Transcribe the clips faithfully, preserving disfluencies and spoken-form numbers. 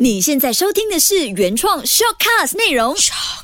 你现在收听的是原创 Shortcast 内容。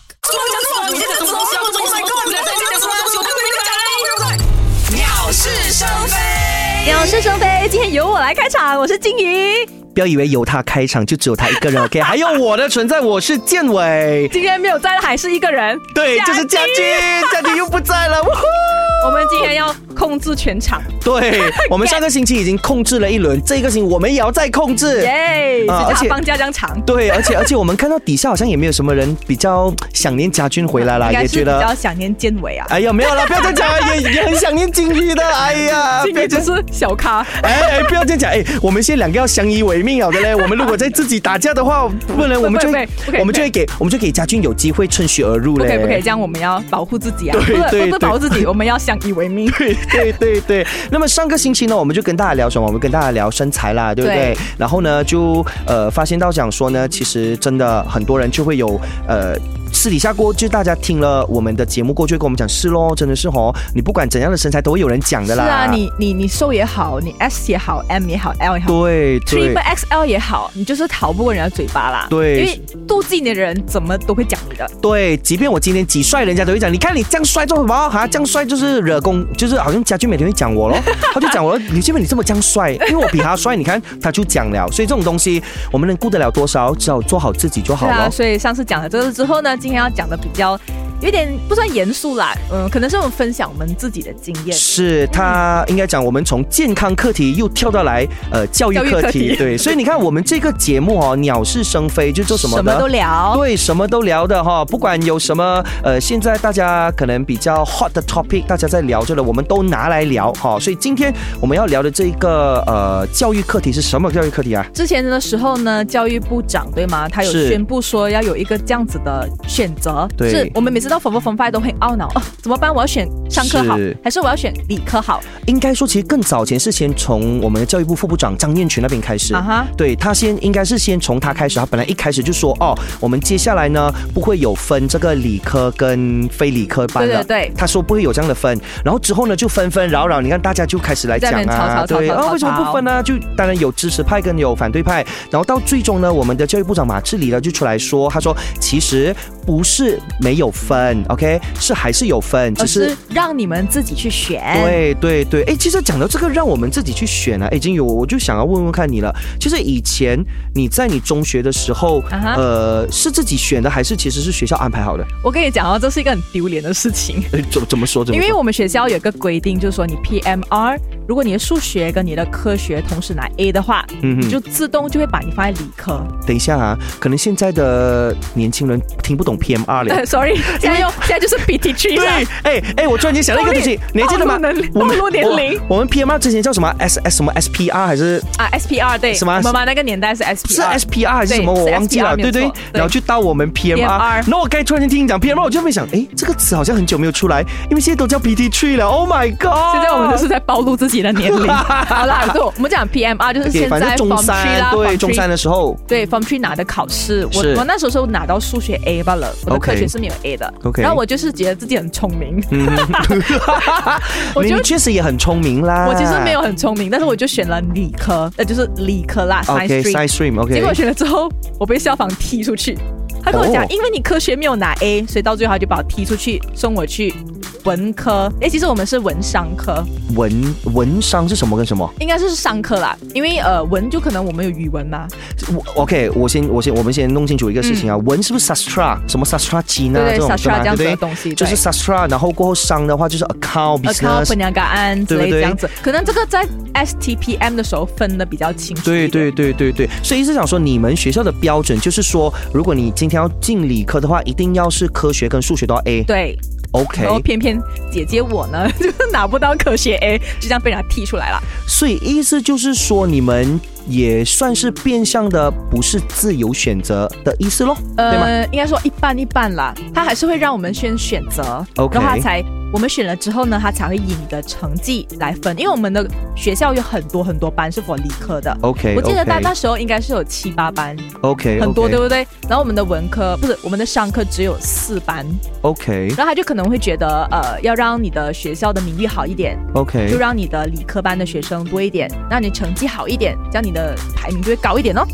鸟是生非， 鸟是生非，今天由我来开场，我是金鱼。 不要以为由他开场就只有他一个人 ，OK？ 还有我的存在，我是建伟。 今天没有在的还是一个人， 对，就是家军，家军又不在了。 我们今天要控制全场。 对，我们上个星期已经控制了一轮，这个星期我们也要再控制。 耶、 呃， 而且放假这样长。 对，而且而且我们看到底下好像也没有什么人比较想念家军回来了，也觉得比较想念建伟啊。 哎呀，没有了，不要再讲了，也也很想念金鱼的。哎呀， 金鱼就是小咖。 哎哎，不要这样讲，哎，我们现在两个要相依为命了的嘞。我们如果在自己打架的话，不能，我们就会我们就会给我们就给家军有机会趁虚而入嘞。 不可以不可以，这样我们要保护自己啊。 对对对， 不是保护自己，我们要相依为命。 对对对对。那么上个星期呢，我们就跟大家聊什么？我们跟大家聊身材啦，对不对？对，然后呢，就呃发现到讲说呢，其实真的很多人就会有呃。私底下过，就大家听了我们的节目过，就会跟我们讲是咯，真的是哦，你不管怎样的身材都会有人讲的啦。 是啊，你你你瘦也好，你 S 也好 ，M 也好 ，L 也好， 对对 ，Triple X L 也好，你就是逃不过人家嘴巴啦。 对， 因为妒忌你的人怎么都会讲你的。 对，即便我今天几帅，人家都会讲，你看你这样帅做什么？哈，这样帅就是惹公，就是好像家军每天会讲我咯，他就讲我，李建伟你这么这样帅，因为我比他帅，你看他就讲了。所以这种东西我们能顾得了多少？只要做好自己就好了。 对啊，所以上次讲了这个之后呢，今天要讲的比较。有点不算严肃啦，嗯，可能是我们分享我们自己的经验。是他应该讲，我们从健康课题又跳到来呃教育课题，课题对，所以你看我们这个节目哦，鸟是生非，就做什么的， 什么都聊， 对，什么都聊的哈，不管有什么呃，现在大家可能比较 hot 的 topic， 大家在聊着的，我们都拿来聊哈。所以今天我们要聊的这个呃教育课题是什么教育课题啊？ 之前的时候呢，教育部长对吗？他有宣布说要有一个这样子的选择， 对， 是我们每次到 Form Four Form Five 都会懊恼哦，怎么办？我要选上课好，还是我要选理科好？ 应该说，其实更早前是先从我们的教育部副部长张燕群那边开始， uh-huh. 对他先应该是先从他开始，他本来一开始就说哦，我们接下来呢不会有分这个理科跟非理科班了， 对对对， 他说不会有这样的分，然后之后呢就纷纷扰扰，你看大家就开始来讲啊，对啊，为什么不分呢？就当然有支持派跟有反对派，然后到最终呢，我们的教育部长马志礼呢就出来说，他说其实不是没有分 ，OK。是还是有分，只是让你们自己去选。 对对对，哎，其实讲到这个让我们自己去选啊，已经有，我就想要问问看你了。其实以前你在你中学的时候， uh-huh. 呃，是自己选的，还是其实是学校安排好的？ 我跟你讲哦，这是一个很丢脸的事情。 怎怎么说？怎么说？ 因为我们学校有一个规定，就是说你 P M R， 如果你的数学跟你的科学同时拿 A 的话，嗯，你就自动就会把你放在理科。 等一下啊，可能现在的年轻人听不懂 P M R 了。 Sorry， 现在用现在就是。P T three 对，哎哎，我突然间想到一个东西，你还记得吗？ 我们年龄， 我们 P M R 之前叫什么 S S 什么 S P R 还是啊 S P R 对， 什么？ 我们那个年代是 S P R， 是 S P R 还是什么？我忘记了，对对。然后就到我们 P M R， 然后我刚才突然间听你讲 P M R， 我就会想，哎，这个词好像很久没有出来，因为现在都叫 P T three 了。Oh my god！ 现在我们就是在暴露自己的年龄。好啦，对，我们讲 P M R 就是现在 Form three 啦，对，中三的时候， 对 Form three 拿的考试，我我那时候拿到数学 A 罢了，我的科学是没有 A 的。 OK， 然后我就是觉得自己很聪明。 嗯，我觉得你确实也很聪明啦。 我其实没有很聪明，但是我就选了理科，呃，就是理科啦 ，Science Stream。Science Stream，OK。 结果我选了之后，我被校方踢出去。他跟我讲， oh. 因为你科学没有拿 A， 所以到最后他就把我踢出去，送我去文科。哎，其实我们是文商科。 文文商是什么跟什么？ 应该是商科啦，因为呃文就可能我们有语文嘛。 OK， 我先我先我们先弄清楚一个事情啊，嗯、文是不是 Sastra 什么 Sastra 基呢？ 对对 ，Sastra 这样子的东西， 就是 Sastra， 然后过后商的话就是 Account、Business、 Perniagaan 之类这样子。可能这个在 S T P M 的时候分得比较清楚。 对对对对对，所以是想说你们学校的标准就是说，如果你今天要进理科的话，一定要是科学跟数学都要 A。 对。 OK， 然后偏偏姐姐我呢，就是拿不到科学 A， 就这样被人家踢出来了。 所以意思就是说，你们也算是变相的不是自由选择的意思咯， 呃， 对吗？ 应该说一半一半啦，他还是会让我们先选择 ，OK， 然后他才我们选了之后呢，他才会以你的成绩来分，因为我们的学校有很多很多班是 for 理科的 ，OK， 我记得在那时候应该是有七八班 ，OK， 很多对不对？然后我们的文科不是我们的商科只有四班 ，OK， 然后他就可能会觉得呃，要让你的学校的名誉好一点 ，OK， 就让你的理科班的学生多一点，让你成绩好一点，这样你的排名就会高一点哦。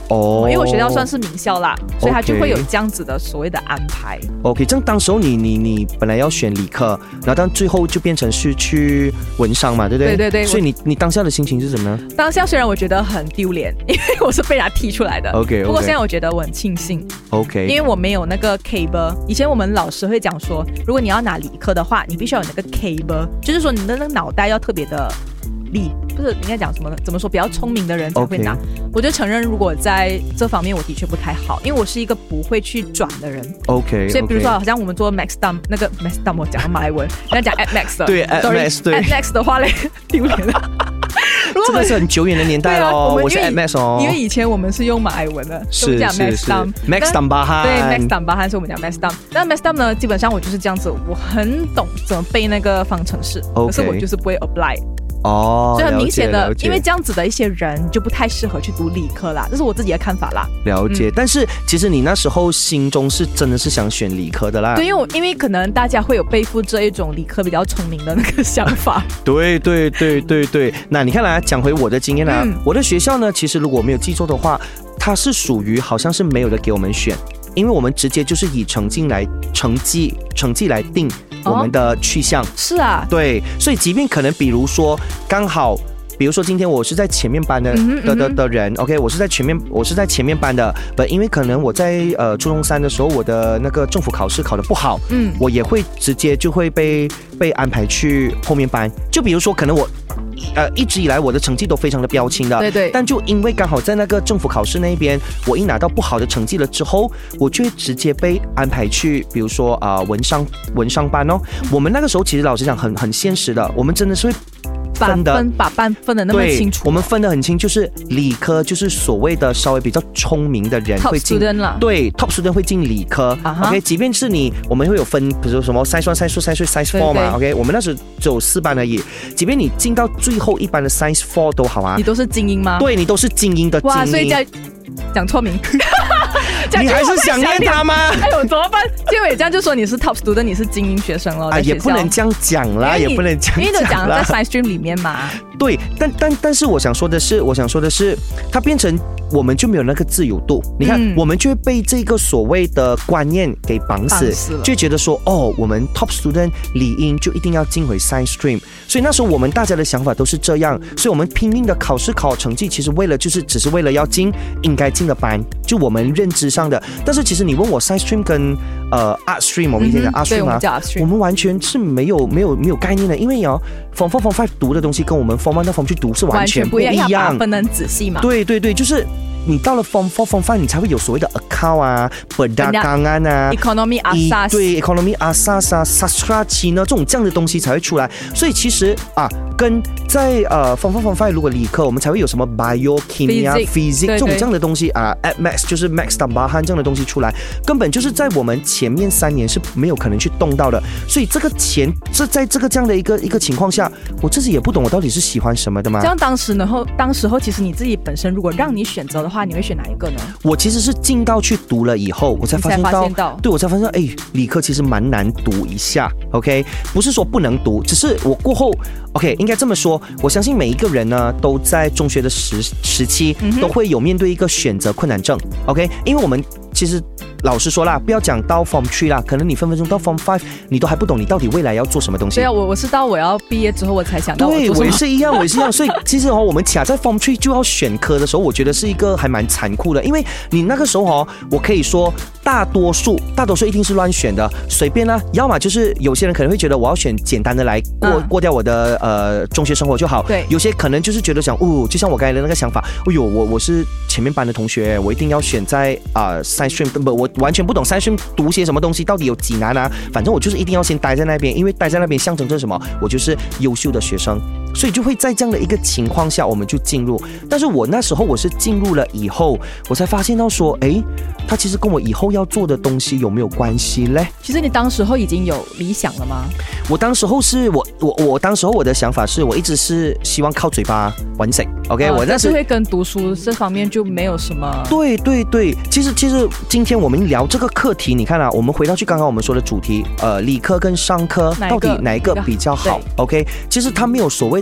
哦， 因为我学校算是名校啦，所以他就会有这样子的所谓的安排。 OK， 这样当时候你你你本来要选理科，然后但最后就变成是去文商嘛，对不对？ 对对对。 所以你你当下的心情是什么呢？ 当下虽然我觉得很丢脸，因为我是被他踢出来的。 OK， 不过现在我觉得我很庆幸。 OK， 因为我没有那个 cable。以前我们老师会讲说，如果你要拿理科的话，你必须要有那个 cable， 就是说你的那个脑袋要特别的力，不是应该讲什么呢？怎么说？比较聪明的人才会拿。Okay. 我就承认，如果在这方面我的确不太好，因为我是一个不会去转的人。 OK， 所以比如说，好像我们做 Max Dump 那个 Max Dump， 我讲马来文，人家讲 at Max 的， 对 at Max， 对 at Max 的话嘞，丢脸了。 这个是很久远的年代哦，啊、我, 我是 at Max 哦， 因为以前我们是用马来文的， 是讲 Max Dump，Max Dump 巴汉， 对 Max Dump 巴汉是我们讲 Max Dump。但 Max Dump 呢，基本上我就是这样子，我很懂怎么背那个方程式， okay. 可是我就是不会 apply。 哦， 所以很明显的，因为这样子的一些人就不太适合去读理科啦，这是我自己的看法啦。 了解，嗯、但是其实你那时候心中是真的是想选理科的啦。 对，因为我因为可能大家会有背负这一种理科比较聪明的那个想法。 对对对对对，那你看来讲回我的经验啦、啊嗯，我的学校呢，其实如果我没有记错的话，它是属于好像是没有的给我们选，因为我们直接就是以成绩来成绩成绩来定。我们的去向、哦、 是啊， 对，所以即便可能比如说刚好，比如说今天我是在前面班的、嗯、的的的人 ，OK， 我是在前面，我是在前面班的，不，因为可能我在呃初中三的时候，我的那个政府考试考得不好，嗯，我也会直接就会被被安排去后面班，就比如说可能我。呃，一直以来我的成绩都非常的标清的， 对对。 但就因为刚好在那个政府考试那一边，我一拿到不好的成绩了之后，我就会直接被安排去，比如说啊、呃、文商文商班哦。我们那个时候其实老实讲很很现实的，我们真的是会。分的分把班分的那么清楚， 我们分得很清，就是理科就是所谓的稍微比较聪明的人会进 top student 了， 对 top student 会进理科、uh-huh. OK， 即便是你，我们会有分，比如说什么 size one、size two、size three、size four 嘛 ，OK， 我们那时只有四班而已，即便你进到最后一班的 size four 都好啊， 你都是精英吗？ 对，你都是精英的精英， 哇，所以在讲错名。 你还是想念他吗？ 哎呦，怎么办？结果这样就说你是 top student， 你是精英学生了。啊， 也不能这样讲啦，也不能这样讲啦， 因为都讲在 science stream 里面嘛。 对，但但但是我想说的是，我想说的是，它变成我们就没有那个自由度。你看，嗯、我们就会被这个所谓的观念给绑死， 绑死了， 就觉得说，哦，我们 top student 理应就一定要进回 science stream。所以那时候我们大家的想法都是这样，所以我们拼命的考试考好成绩，其实为了就是只是为了要进应该进的班，就我们认知上的。但是其实你问我 science stream 跟呃 art stream， 我们以前讲 art stream 吗？我们完全是没有没有没有概念的，因为哦 form four form five 读的东西跟我们 form one 到 form two 读是完全不一样， 要把分得很仔细嘛。 对对对，就是你到了 form four form five 你才会有所谓的 account 啊 perdagangan 啊 economy asas， 对 economy asas 啊 sastra 期呢这种这样的东西才会出来。所以其实啊跟在呃 form four form five 如果理科我们才会有什么 biokimia physics 这种这样的东西啊 at max 就是 max tambahan 这样的东西出来，根本就是在我们前面三年是没有可能去动到的。所以这个前这在这个这样的一个一个情况下，我自己也不懂我到底是喜欢什么的吗？ 这样当时呢后当时候其实你自己本身如果让你选择的话，你会选哪一个呢？ 我其实是进到去读了以后，我才发现到， 才发现到对我才发现哎，理科其实蛮难读一下 ，OK， 不是说不能读，只是我过后 ，OK， 应该这么说，我相信每一个人呢都在中学的时时期、嗯、都会有面对一个选择困难症 ，OK， 因为我们其实。老实说啦，不要讲到 form three 啦，可能你分分钟到 form five， 你都还不懂你到底未来要做什么东西。 对啊，我我是到我要毕业之后我才想到我做什么。 对，我也是一样，我也是一样。所以其实哦，我们卡在 form three 就要选科的时候，我觉得是一个还蛮残酷的，因为你那个时候哦，我可以说大多数大多数一定是乱选的，随便啦、啊，要么就是有些人可能会觉得我要选简单的来过、嗯、过掉我的呃中学生活就好。 对， 有些可能就是觉得想，哦，就像我刚才的那个想法，哎呦，我我是前面班的同学，我一定要选在啊、呃、science stream， 不，我完全不懂 science stream。读些什么东西到底有几难啊？反正我就是一定要先待在那边，因为待在那边象征着什么？我就是优秀的学生，所以就会在这样的一个情况下，我们就进入。但是我那时候我是进入了以后，我才发现到说，哎，它其实跟我以后要做的东西有没有关系嘞？ 其实你当时候已经有理想了吗？ 我当时候是我我我当时候我的想法是我一直是希望靠嘴巴完成 ，OK，、哦、我但是会跟读书这方面就没有什么。 对对对，其实其实今天我们聊这个课题。你看啊，我们回到去刚刚我们说的主题，呃，理科跟商科到底哪一个比较好 ？OK， 其实它没有所谓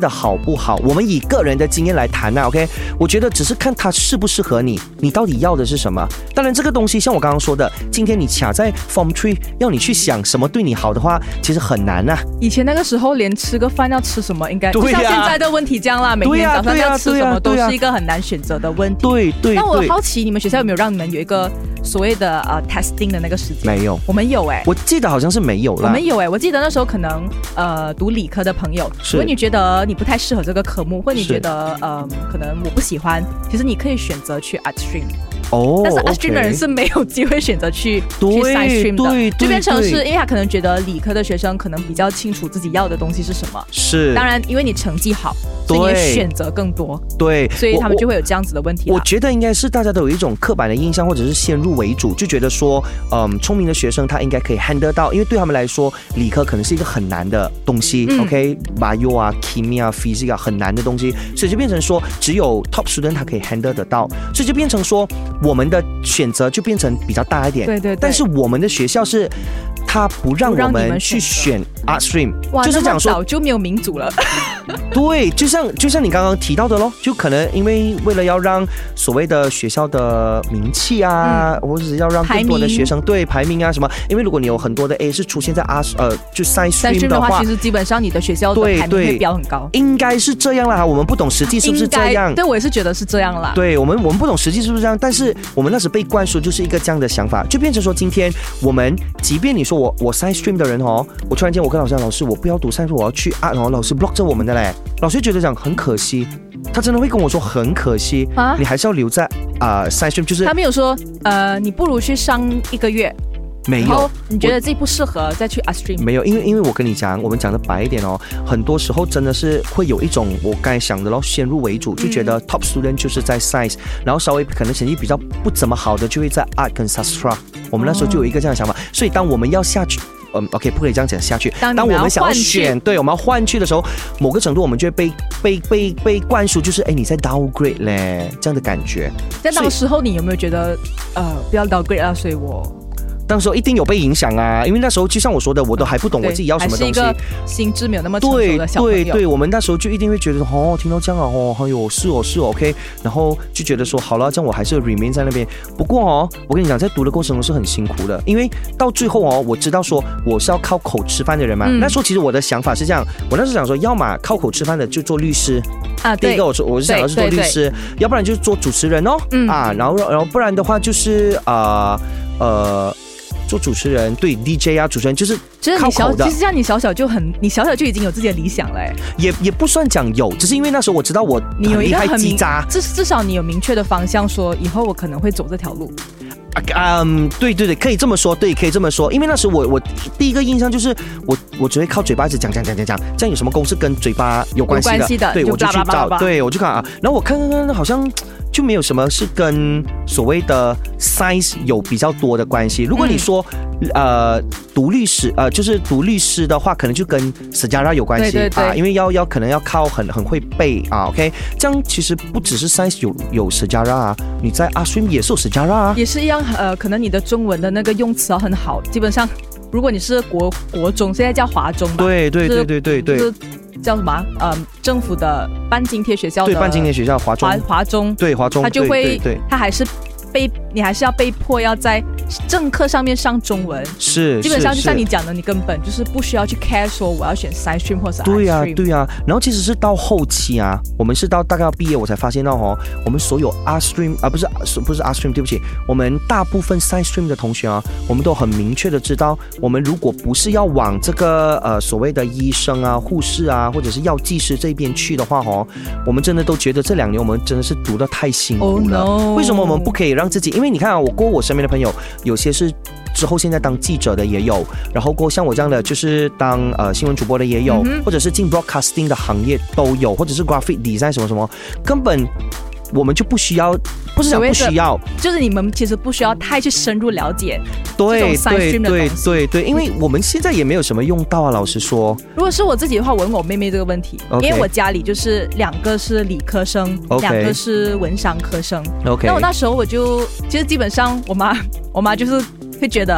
的好不好，我们以个人的经验来谈啊 OK， 我觉得只是看它适不适合你，你到底要的是什么。当然这个东西像我刚刚说的，今天你卡在 Form Three 要你去想什么对你好的话，其实很难啊。 以前那个时候连吃个饭要吃什么应该、啊、就像现在的问题这样啦，每天早上要吃什么都是一个很难选择的问题。 对 对, 对。 但我好奇你们学校有没有让你们有一个所谓的呃 testing 的那个时间？ 没有， 我们有哎、欸， 我记得好像是没有啦。 我们有哎、欸，我记得那时候可能呃读理科的朋友，如果你觉得你不太适合这个科目，或你觉得呃可能我不喜欢，其实你可以选择去 art stream。 哦， 但是 art stream 的人是没有机会选择去去 science stream 的，就变成是因为他可能觉得理科的学生可能比较清楚自己要的东西是什么。 是， 当然因为你成绩好，所以你的选择更多。 对， 所以他们就会有这样子的问题啦。 我觉得应该是大家都有一种刻板的印象，或者是先入为主，就觉得说，嗯，聪明的学生他应该可以 handle 到，因为对他们来说，理科可能是一个很难的东西。嗯、OK，bio 啊 ，chemia 啊 ，physics 啊，很难的东西，所以就变成说，只有 top student 他可以 handle 得到，所以就变成说。我们的选择就变成比较大一点， 对对对。 但是我们的学校是，他不让我们去选 art stream， 就是讲说早就没有民主了。 对，就像就像你刚刚提到的咯，就可能因为为了要让所谓的学校的名气啊，嗯、或者是要让更多的学生对排名啊什么，因为如果你有很多的 A 是出现在 art 呃就 science stream 的话， 其实基本上你的学校的排名会标很高， 应该是这样啦。我们不懂实际是不是这样， 对，我也是觉得是这样啦。 对我们我们不懂实际是不是这样，但是我们那时被灌输就是一个这样的想法，就变成说今天我们即便你说我我 science stream 的人哦，我突然间我跟老师讲，老师我不要读 science， 我要去 art， 然后老师 block 着我们的嘞，老师觉得讲很可惜，他真的会跟我说很可惜，啊、你还是要留在啊、呃、science stream， 就是他没有说呃你不如去上一个月。 没有， 你觉得自己不适合再去 art stream？ 没有，因为因为我跟你讲，我们讲的白一点哦，很多时候真的是会有一种我刚才想的咯，先入为主，就觉得 top student 就是在 science， 然后稍微可能成绩比较不怎么好的就会在 art 跟 sastra。我们那时候就有一个这样的想法，所以当我们要下去。嗯 ，OK， 不可以这样讲下去。当我们想要选，对，我们要换去的时候，某个程度我们就会被被被被灌输，就是哎，你在 downgrade 嘞，这样的感觉。 在那个时候，你有没有觉得呃，不要 downgrade 啊？所以我。 当时候一定有被影响啊，因为那时候就像我说的，我都还不懂我自己要什么东西， 还是一个心智没有那么成熟的小朋友。 对对对，我们那时候就一定会觉得哦，听到这样啊，哦，哎呦，是哦是哦 ，OK， 然后就觉得说好了，这样我还是 remain 在那边。不过哦，我跟你讲，在读的过程中是很辛苦的，因为到最后哦，我知道说我是要靠口吃饭的人嘛。嗯、那时候其实我的想法是这样，我那时候想说，要么靠口吃饭的就做律师啊， 第一个我说我是想要是做律师，要不然就是做主持人哦，嗯、啊，然后然后不然的话就是啊 呃。呃做主持人，对 D J 啊，主持人就是靠口的。 其实像你小小就很，你小小就已经有自己的理想了，哎， 也也不算讲有，只是因为那时候我知道我你有一个很叽喳， 至至少你有明确的方向，说以后我可能会走这条路。 嗯，对对对，可以这么说，对，可以这么说。因为那时候我我第一个印象就是我我只会靠嘴巴一直讲讲讲讲讲，这样有什么公司跟嘴巴有关系的， 有关系的对，我就去找，对我就看啊，然后我看看看，好像。就没有什么是跟所谓的 science 有比较多的关系。如果你说、嗯、呃读律师呃就是读律师的话，可能就跟 sejarah 有关系，对对对啊，因为要要可能要靠很很会背啊 ，OK， 这样其实不只是 science 有有 sejarah 啊，你在 art stream 也是有 sejarah 啊， 也是一样，呃，可能你的中文的那个用词要很好，基本上如果你是国国中，现在叫华中吧， 对对对对对对。 就是叫什么、啊？呃，政府的半津贴学校的， 对，半津贴学校华中， 华华中， 对华中， 他就会， 对对对他还是被你还是要被迫要在正课上面上中文， 是， 基本上就像你讲的，你根本就是不需要去 care 说我要选 science stream 或者 art stream。 对啊，对啊。然后其实是到后期啊，我们是到大概要毕业，我才发现到哦，我们所有 art stream 啊，不是不是 art stream， 对不起，我们大部分 science stream 的同学啊，我们都很明确的知道，我们如果不是要往这个呃所谓的医生啊、护士啊，或者是药剂师这边去的话哦，我们真的都觉得这两年我们真的是读得太辛苦了。 Oh no. 为什么我们不可以让自己？因为你看啊，我过我身边的朋友，有些是之后现在当记者的也有，然后过像我这样的就是当呃新闻主播的也有，嗯、或者是进 broadcasting 的行业都有，或者是 graphic design 什么什么，根本我们就不需要，不是讲不需要， 就是你们其实不需要太去深入了解对这种 science stream 的东西， 对对对，因为我们现在也没有什么用到啊，老实说。 如果是我自己的话，我问我妹妹这个问题， okay. 因为我家里就是两个是理科生， okay. 两个是文商科生。OK， 那我那时候我就其实基本上我妈我妈就是会觉得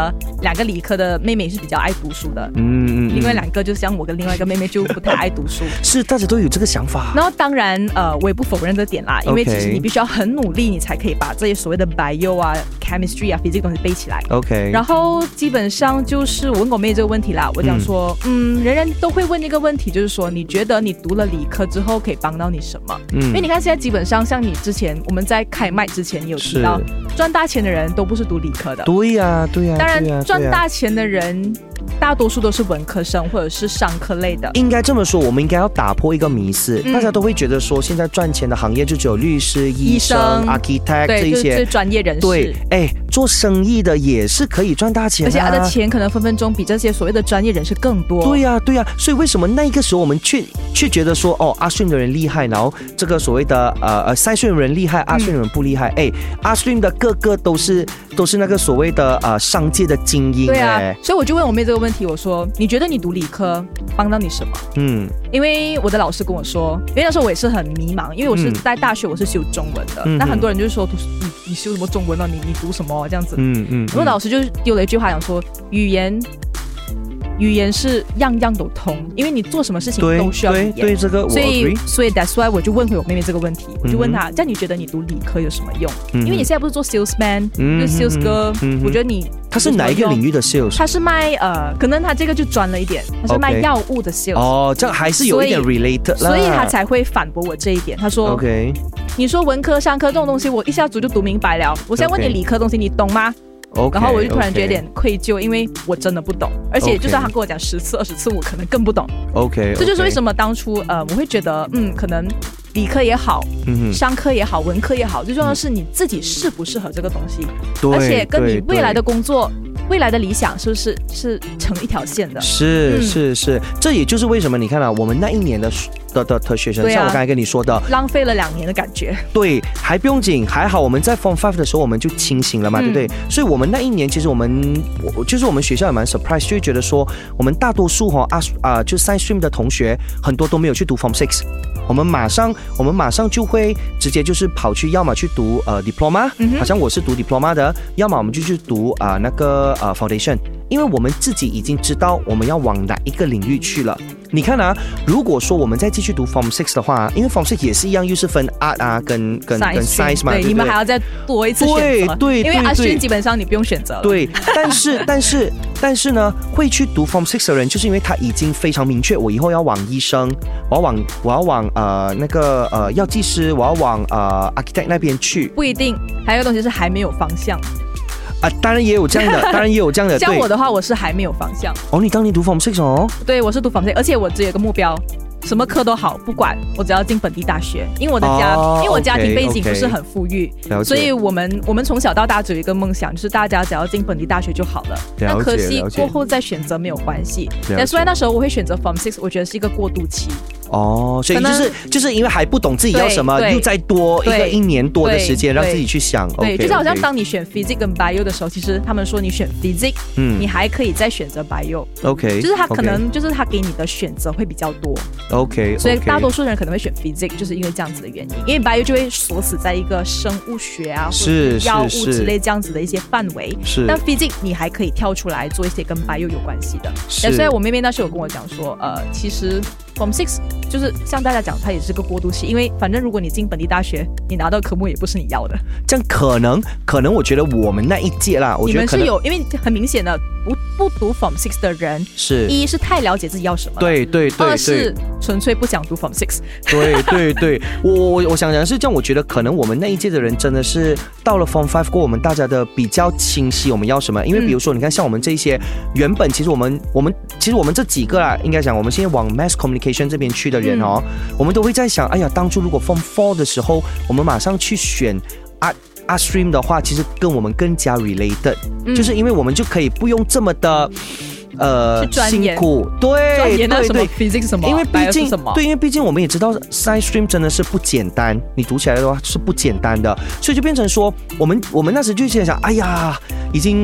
两个理科的妹妹是比较爱读书的， 嗯嗯， 另外两个就像我跟另外一个妹妹就不太爱读书。 是大家都有这个想法。 然后当然呃，我也不否认这点啦，因为 Okay. 其实你必须要很努力，你才可以把这些所谓的 bio 啊、chemistry 啊、physics 东西背起来。 OK， 然后基本上就是我问我妹这个问题啦，我讲说，嗯，嗯人人都会问一个问题，就是说你觉得你读了理科之后可以帮到你什么？嗯，因为你看现在基本上像你之前我们在开麦之前，你有提到赚大钱的人都不是读理科的。 对呀、啊，对呀、啊。 当然，赚大钱的人大多数都是文科生或者是商科类的。 应该这么说，我们应该要打破一个迷思，嗯、大家都会觉得说，现在赚钱的行业就只有律师、医生、architect 这一些， 就是专业人士。 对，哎，做生意的也是可以赚大钱、啊， 而且他的钱可能分分钟比这些所谓的专业人士更多。 对呀、啊，对呀、啊，所以为什么那个时候我们却却觉得说，哦，阿stream的人厉害，然后这个所谓的呃呃 science stream 的人厉害，阿stream的人不厉害？哎、嗯，阿stream的个个都是都是那个所谓的呃商界的精英。 对啊，所以我就问我妹这个问题，我说你觉得你读理科帮到你什么？嗯，因为我的老师跟我说，因为那时候我也是很迷茫，因为我是在大学我是修中文的，嗯、那很多人就是说你你修什么中文呢？你你读什么、啊、这样子？嗯嗯，我老师就丢了一句话讲说，语言。语言是样样都通，因为你做什么事情都需要语言。 对，对这个我 agree。 所以 that's why 我就问回我妹妹这个问题，我就问她，这样你觉得你读理科有什么用？嗯、因为你现在不是做 salesman，、嗯、就是 sales girl，、嗯、我觉得你他是哪一个领域的 sales？ 他是卖呃，可能他这个就专了一点，他是卖药物的 sales。 哦，这样还是有一点 related 啦， 所以他才会反驳我这一点。他说 ，OK， 你说文科、商科这种东西，我一下子就读明白了。我现在问你理科东西，你懂吗？Okay, 然后我就突然觉得有点愧疚， okay. 因为我真的不懂，而且就算他跟我讲十次、二十次，我可能更不懂。 OK， 这就是为什么当初呃，我会觉得嗯，可能理科也好，嗯、商科也好，文科也好，最重要的是你自己适不适合这个东西，而且跟你未来的工作。未来的理想是不是是成一条线的？ 是、嗯、是是，这也就是为什么你看啊，我们那一年的的的的学生，像我刚才跟你说的， 浪费了两年的感觉。 对，还不用紧，还好我们在 Form Five 的时候我们就清醒了嘛，嗯、对不对？所以我们那一年其实我们，我就是我们学校也蛮 surprise， 就会觉得说，我们大多数哈啊啊，就 Science Stream 的同学很多都没有去读 Form Six。我们马上，我们马上就会直接就是跑去，要么去读呃 diploma，、嗯、好像我是读 diploma 的，要么我们就去读啊、呃、那个呃 foundation， 因为我们自己已经知道我们要往哪一个领域去了。你看啊，如果说我们再继续读 Form Six 的话，因为 Form Six 也是一样，又是分 Art 啊跟跟跟 Science 嘛，对， 对你们还要再多一次选择， 对对， 因为 Art Stream 基本上你不用选择了。 对，但是但是但是呢，会去读 Form Six 的人，就是因为他已经非常明确，我以后要往医生，我要往我要往呃那个呃药剂师，我要往呃 architect 那边去。 不一定，还有一个东西是还没有方向。 啊，当然也有这样的，当然也有这样的。 像我的话，我是还没有方向。 哦，你当年读 Form Six 哦？ 对，我是读 Form Six， 而且我只有一个目标，什么科都好，不管，我只要进本地大学。因为我的家，哦、因为我家庭背景不是很富裕， okay, okay. 所以我们我们从小到大只有一个梦想，就是大家只要进本地大学就好了。那可惜过后再选择没有关系。所以那时候我会选择 Form Six， 我觉得是一个过渡期。 哦，所以就是就是因为还不懂自己要什么，又再多一个一年多的时间让自己去想。 对， okay, 就是好像当你选 physics 跟 bio 的时候，其实他们说你选 physics，嗯，你还可以再选择 bio。OK， 就是他可能就是他给你的选择会比较多。 OK， 所以大多数人可能会选 physics， 就是因为这样子的原因，因为 bio 就会锁死在一个生物学啊或者药物之类这样子的一些范围。 是， 但 physics 你还可以跳出来做一些跟 bio 有关系的。是，所以我妹妹那时候有跟我讲说，呃，其实 Form Six 就是像大家讲，它也是个过渡期，因为反正如果你进本地大学，你拿到科目也不是你要的。 这样可能可能我觉得我们那一届啦，我觉得你们是有，因为很明显的不不读 Form Six 的人， 是一是太了解自己要什么了， 对对 对, 对， 二是纯粹不想读 Form Six。 对对对，我我我想讲的是这样，我觉得可能我们那一届的人真的是到了 Form Five 过，我们大家的比较清晰我们要什么，因为比如说、嗯、你看像我们这一些原本其实我们我们其实我们这几个啦，应该讲我们现在往 Mass Communication 这边去的人哦、嗯，我们都会在想，哎呀，当初如果 Form Four 的时候，我们马上去选 Art Art Stream 的话，其实跟我们更加 related，、嗯、就是因为我们就可以不用这么的。呃，辛苦，对， 钻研那什么 physics 什么， 因为毕竟对，因为毕竟我们也知道 science stream 真的是不简单，你读起来的话是不简单的，所以就变成说，我们我们那时就在想，哎呀，已经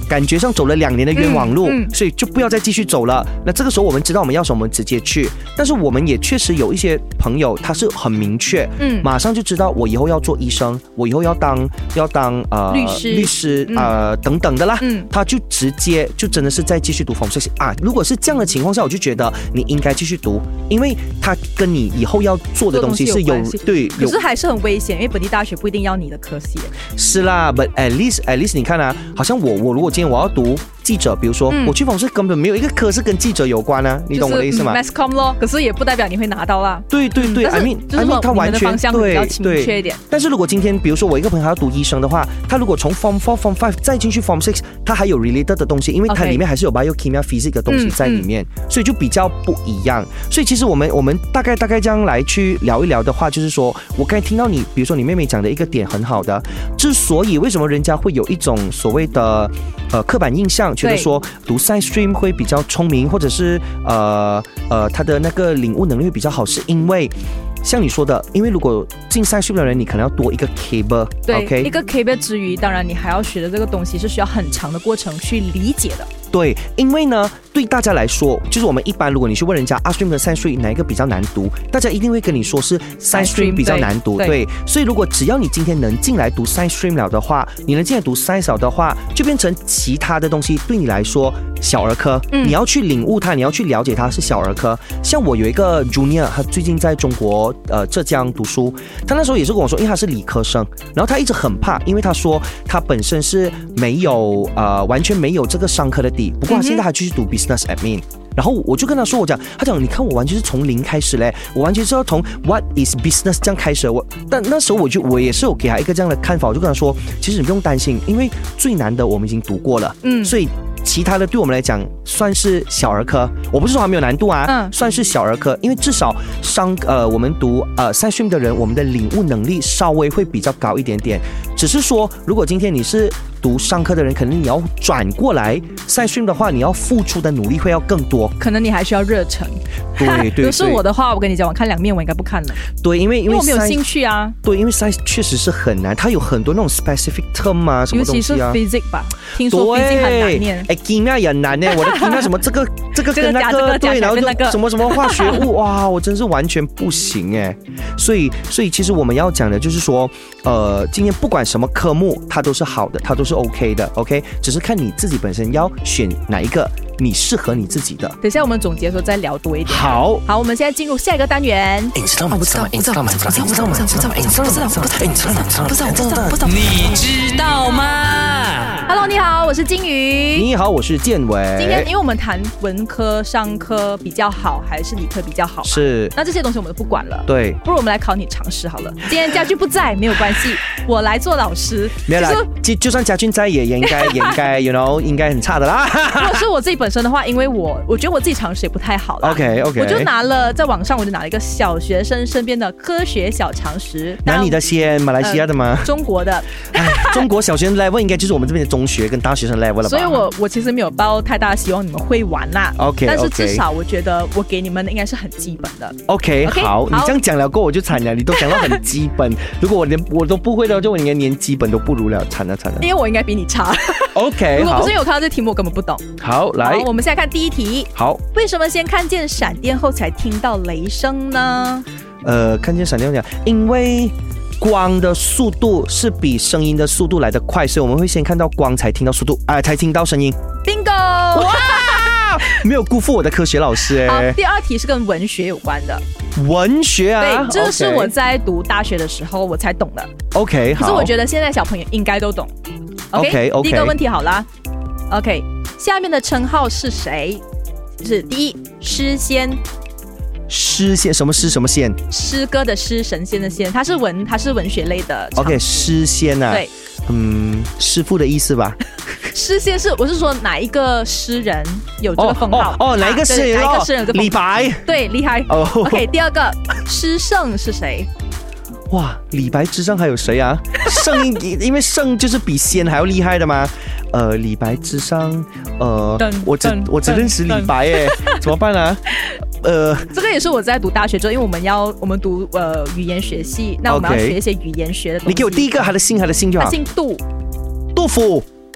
感觉上走了两年的冤枉路， 嗯嗯、 所以就不要再继续走了。那这个时候我们知道我们要什么，我们直接去。但是我们也确实有一些朋友，他是很明确，嗯，马上就知道我以后要做医生，我以后要当要当呃律师、 律师呃、嗯、等等的啦， 嗯， 他就直接就真的是在继续读 Form six 啊。如果是这样的情况下，我就觉得你应该继续读，因为他跟你以后要做的东西是有对， 可是还是很危险，因为本地大学不一定要你的科系。 是啦 ，but at least at least 你看啊，好像我我如果今天我要读记者，比如说、嗯、我去访是根本没有一个科是跟记者有关啊，你懂我的意思吗？ 就是、mass comm 咯，可是也不代表你会拿到啦。 对对对、嗯、，I mean 就是 I mean 他完全方向会比较明确一点。 但是如果今天比如说我一个朋友他要读医生的话，他如果从 Form four Form five 再进去 Form six， 他还有 related 的东西，因为它里面还是有 biochemia physics 的东西在里面、嗯嗯，所以就比较不一样。所以其实我们我们大概大概这样来去聊一聊的话，就是说我刚才听到你，比如说你妹妹讲的一个点很好的，之所以为什么人家会有一种所谓的呃刻板印象，觉得说读 Science Stream 会比较聪明，或者是呃呃他的那个领悟能力会比较好，是因为像你说的，因为如果进 Science Stream 的人，你可能要多一个 cable， 对， okay? 一个 cable 之余，当然你还要学的这个东西是需要很长的过程去理解的。 对，因为呢，对大家来说，就是我们一般如果你去问人家 Art Stream 和 Science Stream 哪一个比较难读，大家一定会跟你说是 Science Stream 比较难读。对，对，所以如果只要你今天能进来读 Science Stream 了的话，你能进来读 Science 了的话，就变成其他的东西对你来说小儿科、嗯。你要去领悟它，你要去了解它是小儿科。像我有一个 Junior， 他最近在中国呃浙江读书，他那时候也是跟我说，因为他是理科生，然后他一直很怕，因为他说他本身是没有呃完全没有这个商科的底，不过他现在还继续读 Business Admin。然后我就跟他说，我讲，他讲，你看我完全是从零开始嘞，我完全是要从 What is business 这样开始。我但那时候我就我也是有给他一个这样的看法，我就跟他说，其实你不用担心，因为最难的我们已经读过了，嗯，所以其他的对我们来讲算是小儿科。我不是说它没有难度啊，嗯，算是小儿科，因为至少商呃我们读呃 Science Stream 的人，我们的领悟能力稍微会比较高一点点。只是说，如果今天你是读商科的人，可能你要转过来 Science Stream 的话，你要付出的努力会要更多， 可能你还需要热忱。 对对对， 如果是我的话，我跟你讲，我看两面我应该不看了。 对，因为因为我没有兴趣啊。 对，因为 Science 确实是很难，它有很多那种 specific term 啊，什么东西啊， 尤其是 Physics 吧，听说 Physics 很难念。 哎 ，Chemia 也很难呢，我的 Chemia 什么这个这个跟那个对，然后什么什么化学物，哇，我真是完全不行哎。所以所以其实我们要讲的就是说，呃，今天不管什么科目，它都是好的，它都是 OK 的 ，OK， 只是看你自己本身要选哪一个。你适合你自己的。 等一下我们总结的时候再聊多一点。 好， 好，我们现在进入下一个单元。 你知道吗？不知道，不知道，不知道，不知道，不知道，不知道，不知道，不知道，不知道，不知道，不知道，不知道，不知道，你知道吗 ？Hello， 你好，我是金鱼。 你好，我是建伟。 今天因为我们谈文科、商科比较好，还是理科比较好？ 是。 那这些东西我们都不管了。 对。 不如我们来考你常识好了。今天家俊不在，没有关系，我来做老师。 没有啦，就就算家俊在，也也应该也应该 ，you know， 应该很差的啦。 如果是我自己本身的话，因为我我觉得我自己常识也不太好啦。 OK OK， 我就拿了在网上我就拿了一个小学生身边的科学小常识。 拿你的先，马来西亚的吗？ 呃、中国的。 中国小学生 level 应该就是我们这边的中学跟大学生 level 了吧？ 所以我我其实没有抱太大的希望你们会玩啦。 OK， 但是至少我觉得我给你们的应该是很基本的。 OK， okay 好，好，你这样讲了过后我就惨了，你都讲到很基本，如果我连我都不会的话，就我应该连基本都不如了，惨了惨了。 因为我应该比你差。 OK， 如果不是因为我看到这题目我根本不懂。 好，来， 好，我们现在看第一题。 好， 为什么先看见闪电后才听到雷声呢？ 呃，看见闪电讲，因为光的速度是比声音的速度来得快，所以我们会先看到光才听到速度，啊、呃，才听到声音。 Bingo！ 哇，没有辜负我的科学老师哎。 好，第二题是跟文学有关的。 文学啊？ 对，这是我在读大学的时候我才懂的。 OK， 好。 可是我觉得现在小朋友应该都懂。 OK OK, okay。 第一个问题好啦。OK， 下面的称号是谁？是第一，诗仙。 诗仙什么诗什么仙？ 诗歌的诗，神仙的仙，它是文，它是文学类的。 OK， 诗仙啊， 对， 嗯，师傅的意思吧。 诗仙是，我是说哪一个诗人有这个封号？ 哦，哦哦哪一个诗人？ 哪一个诗人有这个封号？ 李白。 对，厉害。 哦、 oh. OK， 第二个，诗圣是谁？ 哇，李白之上还有谁啊？圣，因为圣就是比仙还要厉害的吗？呃，李白之上，呃，我只我只认识李白耶，怎么办啊？呃， 这个也是我在读大学之后，因为我们要我们读呃语言学系，那我们要学一些语言学的东西。 你给我第一个他的姓，他的姓就好。 他姓杜， 杜甫。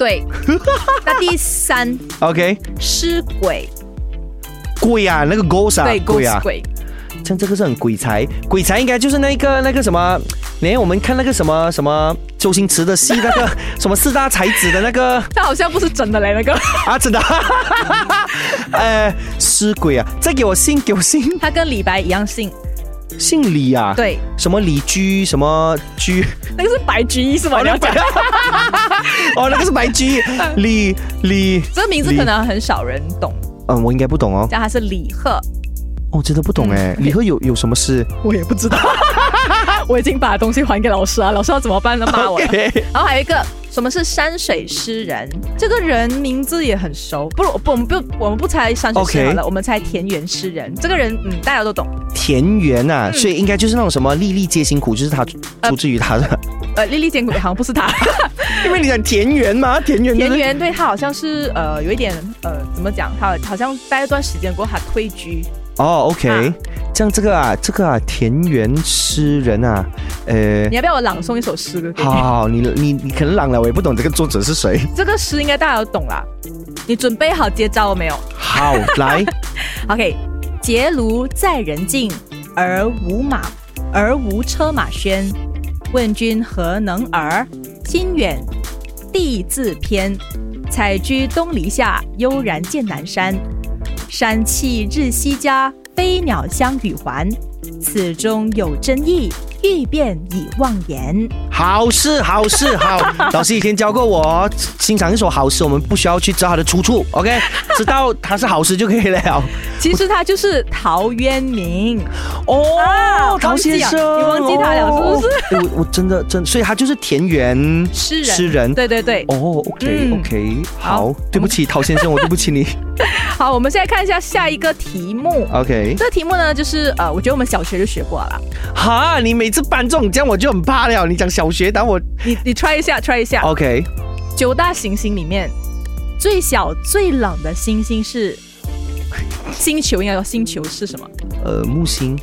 对。那第三 ，OK， 尸鬼， 鬼啊，那个 ghost 啊， 对鬼啊， 鬼。 像这个是很鬼才，鬼才应该就是那个那个什么，连我们看那个什么什么周星驰的戏，那个什么四大才子的那个， 他好像不是真的嘞，那个啊，真的，呃，尸鬼啊，再给我姓，给我姓， 他跟李白一样姓， 姓李啊， 对， 什么李居，什么居， 那个是白居易是吗？你要讲， 哦，那个是白居易，李李， 这个名字可能很少人懂， 嗯，我应该不懂哦， 叫他是李贺。 哦，真的不懂哎， 嗯、 李贺有有什么事？ 我也不知道，我已经把东西还给老师啊，老师要怎么办呢？骂我了。Okay. 然后还有一个，什么是山水诗人？这个人名字也很熟，不，不，我们不，我们不猜山水诗人好了， okay. 我们猜田园诗人。这个人，嗯，大家都懂。 田园啊，嗯、所以应该就是那种什么粒粒皆辛苦，就是他出自于他的。 呃，粒粒皆辛苦好像不是他， 因为你讲田园嘛，田园。 田园对他好像是呃有一点呃怎么讲？他好像待一段时间过后他退居。 哦、oh, ，OK，、啊、这样这个啊，这个啊，田园诗人啊，呃， 你要不要我朗诵一首诗歌给你？ 好好好，你你你可能朗了，我也不懂这个作者是谁。 这个诗应该大家都懂啦，你准备好接招了没有？ 好，来 ，OK， 结庐在人境，而无马，而无车马喧。问君何能尔？心远地自偏。采菊东篱下，悠然见南山。山气日夕佳，飞鸟相与还。此中有真意，欲辨已忘言。 好诗，好诗，好。老师以前教过我，欣赏一首好诗，我们不需要去知道它的出处 ，OK？ 知道它是好诗就可以了。 其实他就是陶渊明哦，啊、陶先生， 你忘记他了是不是？ 我我真的真，所以他就是田园诗人， 诗人， 对对对。 哦 ，OK、嗯、OK， 好，好对不起，陶先生，我对不起你。 好，我们现在看一下下一个题目。 OK， 这个题目呢，就是呃，我觉得我们小学就学过了。 哈，你每次搬这种这样我就很怕了。你讲小学，但我你你 try 一下 ，try 一下。 OK， 九大行星里面最小最冷的星星是星球，应该说星球是什么？ 呃，木星。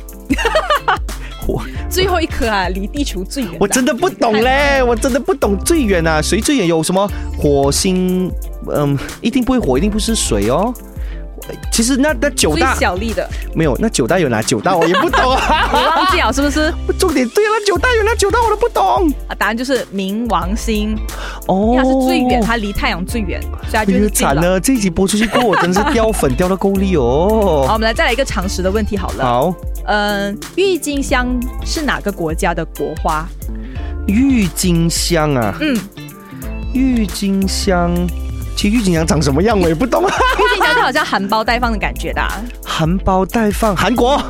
最后一颗啊，离地球最远。 我真的不懂嘞，我真的不懂最远啊，谁最远？有什么火星？嗯，一定不会火，一定不是水哦。其实那那九大最小粒的没有，那九大有哪九大我也不懂啊。 你忘记了是不是？ 重点对了，九大有哪九大我都不懂啊。答案就是冥王星哦， 它是最远，它离太阳最远，所以它就是惨了。这一集播出去过，我真是掉粉掉到够力哦。 好，我们来再来一个常识的问题好了。 好， 嗯、呃，郁金香是哪个国家的国花？ 郁金香啊， 嗯， 郁金香。其实郁金香长什么样我也不懂啊。 郁金香就好像含苞待放的感觉的、啊。 含苞待放，韩国。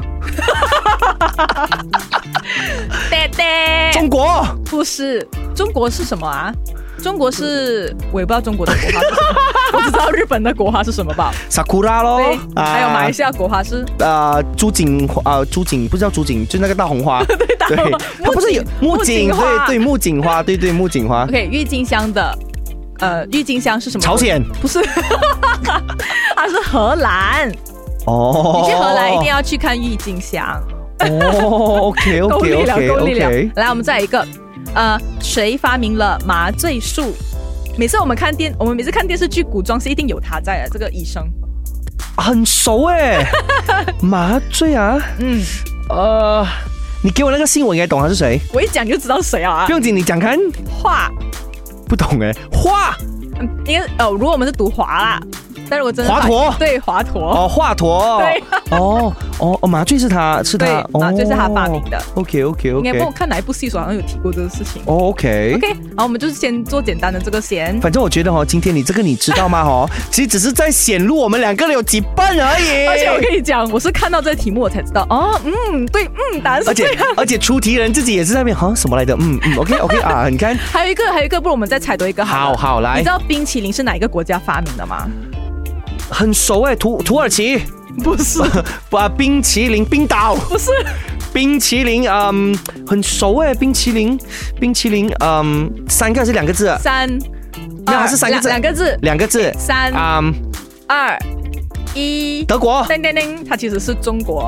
对对。 中国不是，中国是什么啊？中国是我也不知道中国的国花是什么，我只知道日本的国花是什么吧。 sakura 咯， 对，啊、还有马来西亚国花是呃朱槿啊朱槿不是叫朱槿，就是那个大红花。 对，大红花。 它不是有木槿对对木槿花，对对木槿花。 OK， 郁金香的。呃，郁金香是什么？ 朝鲜不是，它是荷兰。 哦， 你去荷兰一定要去看郁金香。 哦 ，OK OK OK 够力了，够力了。 OK， 来，我们再来一个，呃，谁发明了麻醉术？每次我们看电，我们每次看电视剧古装是一定有他在的，这个医生很熟哎。麻醉啊，嗯，呃，你给我那个姓，我应该懂他是谁。 我一讲就知道谁啊。 不用紧，你讲看。 华。 不懂哎，华， 嗯，应该哦，如果我们是读华啦，但如果真的华佗， 对华佗， 哦，华佗， 对， 哦哦哦，麻醉是他是他， 对，麻醉是他发明的。 OK OK OK， 应该帮我看哪一部戏，好像有提过这个事情。 哦 OK OK， 好，我们就是先做简单的这个先。 反正我觉得哈，今天你这个你知道吗？哈，其实只是在显露我们两个人有几笨而已。 而且我跟你讲，我是看到这个题目我才知道，哦，嗯，对，嗯，答案是这样。 而且而且出题人自己也是在那边，哈，什么来的？嗯嗯 ，OK OK 啊，你看， 还有一个还有一个，不如我们再猜多一个好了。 好好来， 你知道冰淇淋是哪一个国家发明的吗？ 很熟哎，土土耳其。 不是， 把冰淇淋，冰岛不是， 冰淇淋，嗯，很熟哎，冰淇淋，冰淇淋，嗯，三个还是两个字？ 三， 没有，还是三个字， 两个字， 两个字， 三， 嗯， 二，一， 德国， 叮叮叮，它其实是中国。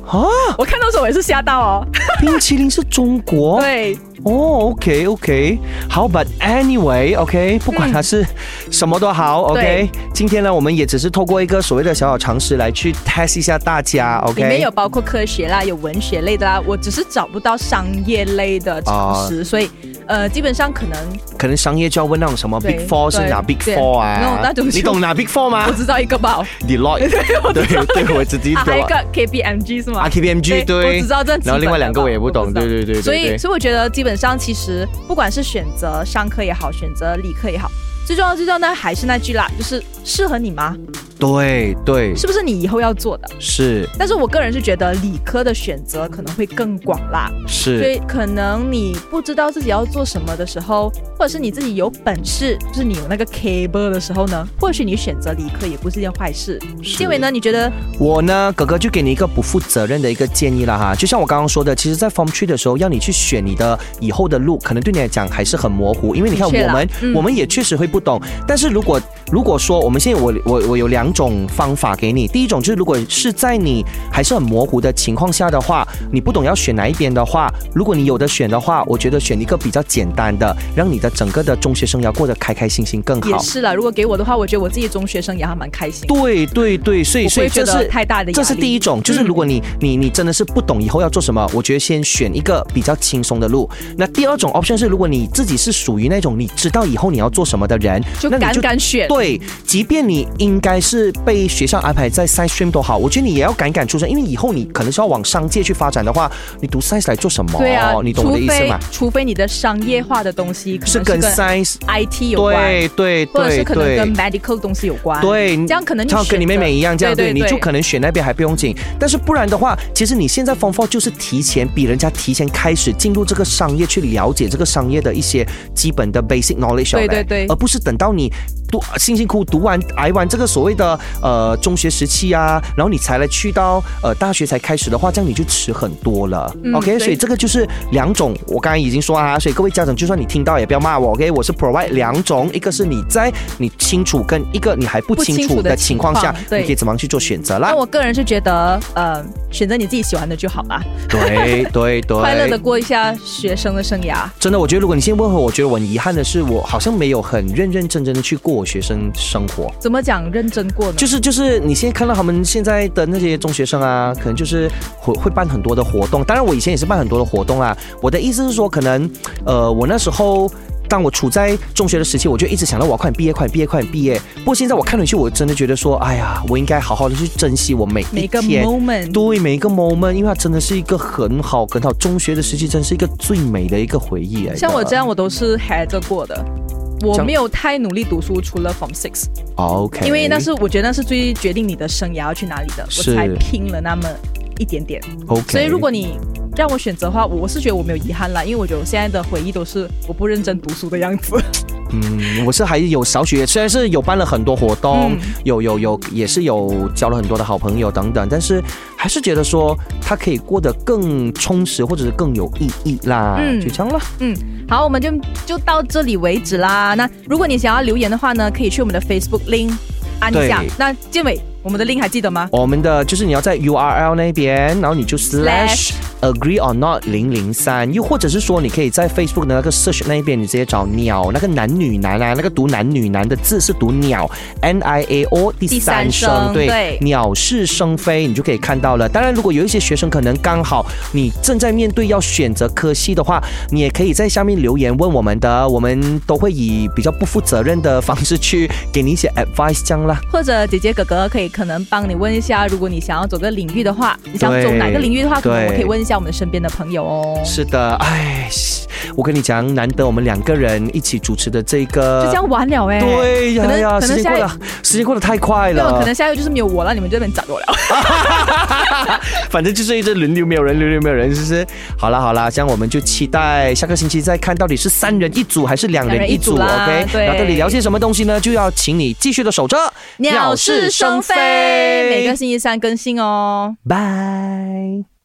啊， 我看到的时候我也是吓到哦。 冰淇淋是中国？ 对。 哦 ，OK OK， 好 ，But anyway，OK，、okay, 不管它是什么都好 ，OK。今天呢，我们也只是透过一个所谓的小小尝试来去 test 一下大家 ，OK。 里面有包括科学啦，有文学类的啦，我只是找不到商业类的常识，uh, 所以呃，基本上可能可能商业就要问那种什么 Big Four 是哪 Big Four 啊？那种那种你懂哪 Big Four 吗？ 我知道一个吧 ，Deloitte， 对对，我只知道。 还有一个 K P M G 是吗？ 啊 ，K P M G 对， 我只知道这。 然后另外两个我也不懂，对对对。 所以所以我觉得基本上其实不管是选择商科也好，选择理科也好，最重要最重要的还是那句啦，就是适合你吗？ 对对， 是不是你以后要做的？ 是。 但是我个人是觉得理科的选择可能会更广啦， 是。 所以可能你不知道自己要做什么的时候，或者是你自己有本事，就是你有那个 cable 的时候呢，或许你选择理科也不是一件坏事。建伟呢，你觉得？ 我呢，哥哥就给你一个不负责任的一个建议了哈，就像我刚刚说的，其实在 Form three 的时候，要你去选你的以后的路，可能对你来讲还是很模糊，因为你看我们、嗯、我们也确实会不懂。但是如果如果说我们现在我我我有两种方法给你，第一种就是如果是在你还是很模糊的情况下的话，你不懂要选哪一边的话，如果你有的选的话，我觉得选一个比较简单的，让你的整个的中学生涯过得开开心心更好。 也是啦，如果给我的话，我觉得我自己中学生涯还蛮开心。 对对对，所以所以这是太大的压力， 这是第一种，就是如果你、嗯、你你真的是不懂以后要做什么，我觉得先选一个比较轻松的路。那第二种 option 是，如果你自己是属于那种你知道以后你要做什么的人， 就敢敢选。 对，即便你应该是被学校安排在 science stream 都好，我觉得你也要敢敢出声，因为以后你可能是要往商界去发展的话，你读 science 来做什么？ 对啊， 你懂我的意思吗？ 除非你的商业化的东西可能是跟 science I T 有关， 对对对， 或者是可能跟 medical 的东西有关， 对， 这样可能你跟你妹妹一样，这样 对, 对, 对, 对，你就可能选那边还不用紧。但是不然的话，其实你现在 Form four 就是提前比人家提前开始进入这个商业，去了解这个商业的一些基本的 basic knowledge， 对对对， 而不是等到你读辛辛苦苦读完挨完这个所谓的呃中学时期啊，然后你才来去到呃大学才开始的话，这样你就迟很多了。嗯、OK， 所以这个就是两种，我刚才已经说啊，所以各位家长就算你听到也不要骂我 ，OK， 我是 provide 两种，一个是你在你清楚跟一个你还不清楚的情况下，你可以怎么样去做选择啦。 那我个人是觉得，呃，选择你自己喜欢的就好啦。 对对对， 快乐的过一下学生的生涯。 真的，我觉得如果你现在问我，我觉得我很遗憾的是，我好像没有很认认真真的去过我学生生活。 怎么讲认真过呢？ 就是就是你现在看到他们现在的那些中学生啊，可能就是会会办很多的活动。当然，我以前也是办很多的活动啦。我的意思是说，可能呃，我那时候。当我处在中学的时期，我就一直想到我要快点毕业，快点毕业，快点毕业。不过现在我看回去，我真的觉得说，哎呀，我应该好好的去珍惜我每一天， 每个 moment， 对，每一个 moment， 因为它真的是一个很好很好。中学的时期真是一个最美的一个回忆。 像我这样，我都是 had 着过的。我没有太努力读书，除了 Form six。OK。因为那是我觉得那是最决定你的生涯要去哪里的，我才拼了那么一点点。 OK。 所以如果你让我选择的话，我是觉得我没有遗憾啦，因为我觉得我现在的回忆都是我不认真读书的样子。 嗯，我是还有少许，虽然是有办了很多活动，嗯、有有有，也是有交了很多的好朋友等等，但是还是觉得说他可以过得更充实，或者是更有意义啦。嗯，就这样了。 嗯，好，我们就就到这里为止啦。那如果你想要留言的话呢，可以去我们的 Facebook link 按一下。那建伟，我们的 link 还记得吗？ 我们的就是你要在 U R L 那边，然后你就 slash agree or not 零零三，又或者是说你可以在 Facebook 的那个 search 那一边，你直接找鸟，那个男女男啊，那个读男女男的字是读鸟 N I A O 第三声，对，对，鸟是生非，你就可以看到了。当然，如果有一些学生可能刚好你正在面对要选择科系的话，你也可以在下面留言问我们的，我们都会以比较不负责任的方式去给你一些 advice 这样啦。 或者姐姐哥哥可以可能帮你问一下，如果你想要走个领域的话，你想走哪个领域的话，可能我可以问一下我们身边的朋友哦。 是的，哎，我跟你讲，难得我们两个人一起主持的这个， 就这样完了哎。 对呀，可能呀，时间过得时间过得太快了。 可能下一个就是没有我了，你们这边找我了。 反正就是一直轮流，没有人轮流，没有人，是不是？好啦好啦，这样我们就期待下个星期再看到底是三人一组还是两人一组 ，OK？ 然后到底聊些什么东西呢？就要请你继续的守着鸟是生非，每个星期三更新哦。 拜。